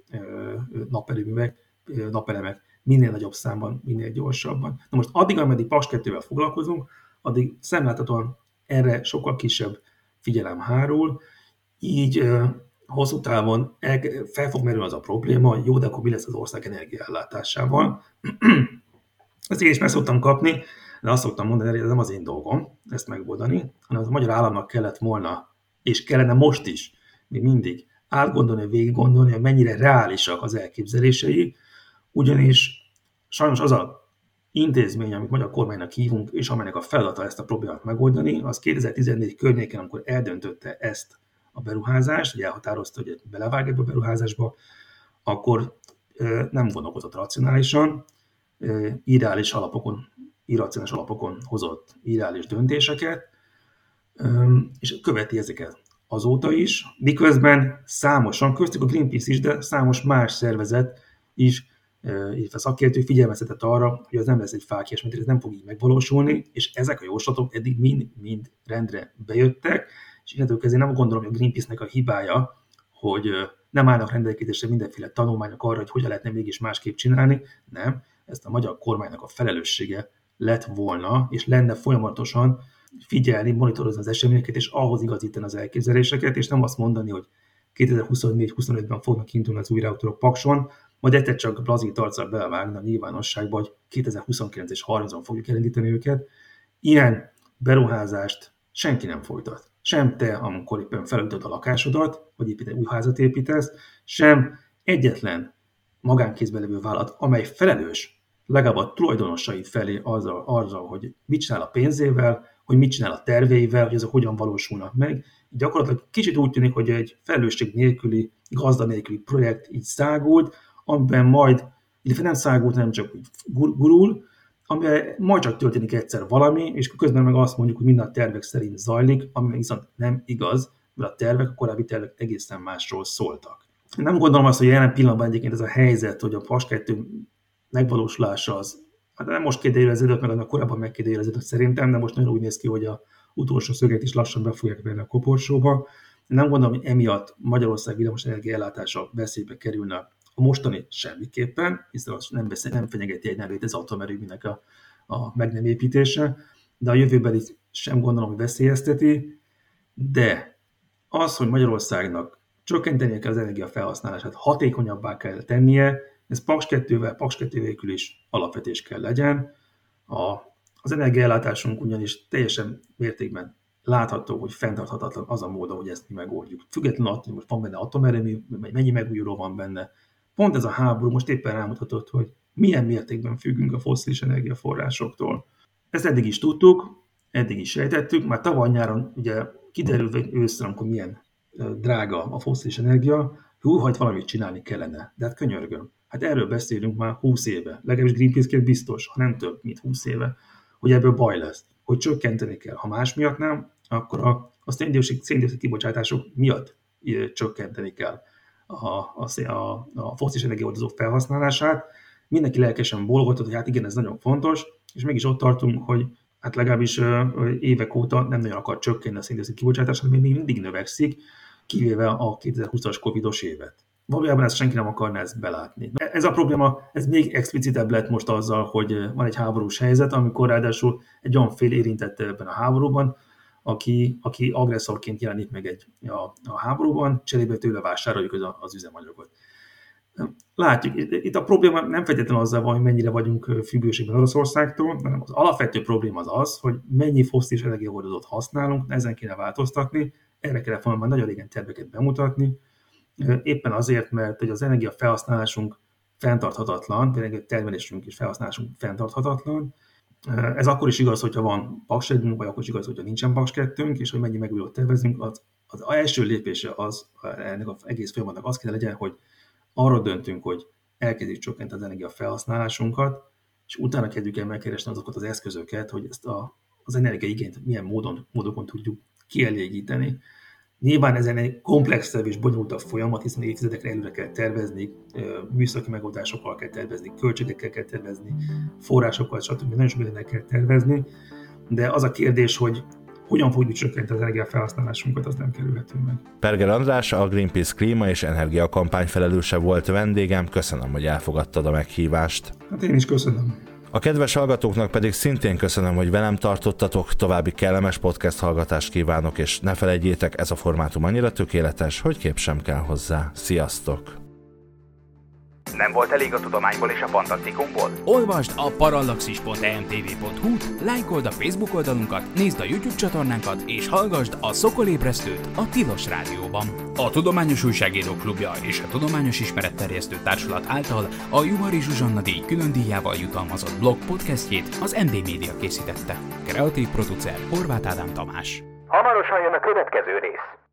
napelemek minél nagyobb számban, minél gyorsabban. Na most addig, ameddig Paks 2-vel foglalkozunk, addig szemléltetően erre sokkal kisebb figyelem hárul, így hosszú távon fel fog merülni az a probléma, hogy jó, de akkor mi lesz az ország energiaellátásával. Ezt én is meg szoktam kapni, de azt szoktam mondani, hogy ez nem az én dolgom ezt megoldani, hanem a magyar államnak kellett volna, és kellene most is, még mindig átgondolni, végig gondolni, hogy mennyire reálisak az elképzelései, ugyanis sajnos az a intézmény, amit magyar kormánynak hívunk, és amelynek a feladata ezt a problémát megoldani, az 2014 környéken, amikor eldöntötte ezt a beruházást, hogy elhatározta, hogy belevág ebbe a beruházásba, akkor nem gondolkozott racionálisan, irracionális alapokon hozott irreális döntéseket, és követi ezeket azóta is, miközben számosan, köztük a Greenpeace is, de számos más szervezet is, illetve szakértő figyelmeztetett arra, hogy az nem lesz egy fáklyás, mert ez nem fog így megvalósulni, és ezek a jóslatok eddig mind rendre bejöttek, és innentől kezdve nem gondolom, hogy a Greenpeace-nek a hibája, hogy nem állnak rendelkezésre mindenféle tanulmányok arra, hogy hogyan lehetne mégis másképp csinálni. Nem, ezt a magyar kormánynak a felelőssége lett volna, és lenne folyamatosan figyelni, monitorozni az eseményeket, és ahhoz igazítani az elképzeléseket, és nem azt mondani, hogy 2024-25-ben fognak indulni az új reaktorok Pakson, majd egyszer csak blazít arccal belevágni a nyilvánosságba, hogy 2029 és 30-ban fogjuk elindítani őket. Ilyen beruházást senki nem folytat. Sem te, amikor éppen felújítod a lakásodat, vagy éppen egy új házat építesz, sem egyetlen magánkézben levő vállalat, amely felelős legalább a tulajdonosai felé azzal, hogy mit csinál a pénzével, hogy mit csinál a terveivel, hogy ezek hogyan valósulnak meg. Gyakorlatilag kicsit úgy tűnik, hogy egy felelősség nélküli, gazda nélküli projekt így szágult, amiben majd, illetve nem szágult, nem csak gurul, amiben majd csak történik egyszer valami, és közben meg azt mondjuk, hogy minden a tervek szerint zajlik, ami viszont nem igaz, mert a tervek, a korábbi tervek egészen másról szóltak. Nem gondolom azt, hogy jelen pillanatban egyébként ez a helyzet, hogy a Paks 2 megvalósulása az, hát nem most kérdőjeleződött, meg annak korábban megkérdőjeleződött szerintem, de most nagyon úgy néz ki, hogy az utolsó szöget is lassan be fogják venni a koporsóba. Nem gondolom, hogy emiatt Magyarország villamosenergia ellátása veszélybe kerülne a mostani semmiképpen, hiszen az nem fenyegeti egy nevét az atomerőműnek a meg nem építése, de a jövőben sem gondolom, hogy veszélyezteti, de az, hogy Magyarországnak csökkentenie kell az energiafelhasználását, hatékonyabbá kell tennie, ez Paks 2-vel, Paks 2 nélkül is alapvetés kell legyen. Az energiaellátásunk ugyanis teljesen mértékben látható, hogy fenntarthatatlan az a módon, hogy ezt mi megoldjuk. Függetlenül attól, hogy most van benne atomerőmű, mennyi megújuló van benne. Pont ez a háború most éppen rámutatott, hogy milyen mértékben függünk a fosszilis energiaforrásoktól. Ezt eddig is tudtuk, eddig is sejtettük, már tavaly nyáron ugye kiderült ősszel, amikor milyen drága a fosszilis energia, hogy valamit csinálni kellene. De hát könyörgöm. Hát erről beszélünk már 20 éve, legalábbis Greenpeace-ként biztos, ha nem több, mint 20 éve, hogy ebből baj lesz, hogy csökkenteni kell. Ha más miatt nem, akkor a széndioxid kibocsátások miatt csökkenteni kell a fosszilis energiahordozók felhasználását. Mindenki lelkesen bólogatott, hogy hát igen, ez nagyon fontos, és mégis ott tartunk, hogy hát legalábbis évek óta nem nagyon akar csökkenni a széndioxid kibocsátás, hanem még mindig növekszik, kivéve a 2020-as covidos évet. Valójában ezt senki nem akarná ezt belátni. Ez a probléma, ez még explicitebb lett most azzal, hogy van egy háborús helyzet, amikor ráadásul egy olyan fél érintett ebben a háborúban, aki agresszorként jelenik meg a háborúban, cserébe tőle vásároljuk az üzemanyagot. Látjuk, itt a probléma nem feltétlenül azzal van, hogy mennyire vagyunk függőségben Oroszországtól, hanem az alapvető probléma az, hogy mennyi fosszilis energiahordozót használunk, ezen kéne változtatni, erre kellene volna már nagyon régen terveket bemutatni, éppen azért, mert hogy az energiafelhasználásunk fenntarthatatlan, tényleg termelésünk és felhasználásunk fenntarthatatlan. Ez akkor is igaz, hogyha van Paks 1-ünk, vagy akkor is igaz, hogyha nincsen Paks 2-ünk, és hogy mennyi megújulót tervezünk. Az első lépése ennek az egész folyamatnak az kéne legyen, hogy arra döntünk, hogy elkezdjük csökkenteni az energiafelhasználásunkat, és utána kezdjük el megkeresni azokat az eszközöket, hogy ezt az energiaigényt milyen módokon tudjuk kielégíteni. Nyilván ezen egy komplexebb és bonyolultabb folyamat, hiszen évtizedekre előre kell tervezni, műszaki megoldásokkal kell tervezni, költségekkel kell tervezni, forrásokkal, stb. Nagyon sok mindennel kell tervezni, de az a kérdés, hogy hogyan fogjuk csökkenteni az energiafelhasználásunkat, az nem kerülhető meg. Perger András, a Greenpeace klíma és energiakampány felelőse volt vendégem. Köszönöm, hogy elfogadtad a meghívást. Hát én is köszönöm. A kedves hallgatóknak pedig szintén köszönöm, hogy velem tartottatok, további kellemes podcast hallgatást kívánok, és ne felejtjétek, ez a formátum annyira tökéletes, hogy kép sem kell hozzá. Sziasztok! Nem volt elég a tudományból és a fantasztikumból? Olvasd a parallaxis.emtv.hu-t, lájkold a Facebook oldalunkat, nézd a YouTube csatornánkat, és hallgasd a Szokolébresztőt a Tilos Rádióban. A Tudományos Újságírók Klubja és a Tudományos Ismeretterjesztő Társulat által a Juhari Zsuzsanna díj külön díjával jutalmazott blog podcastjét az MD Media készítette. Kreatív producer Horváth Ádám Tamás. Hamarosan jön a következő rész.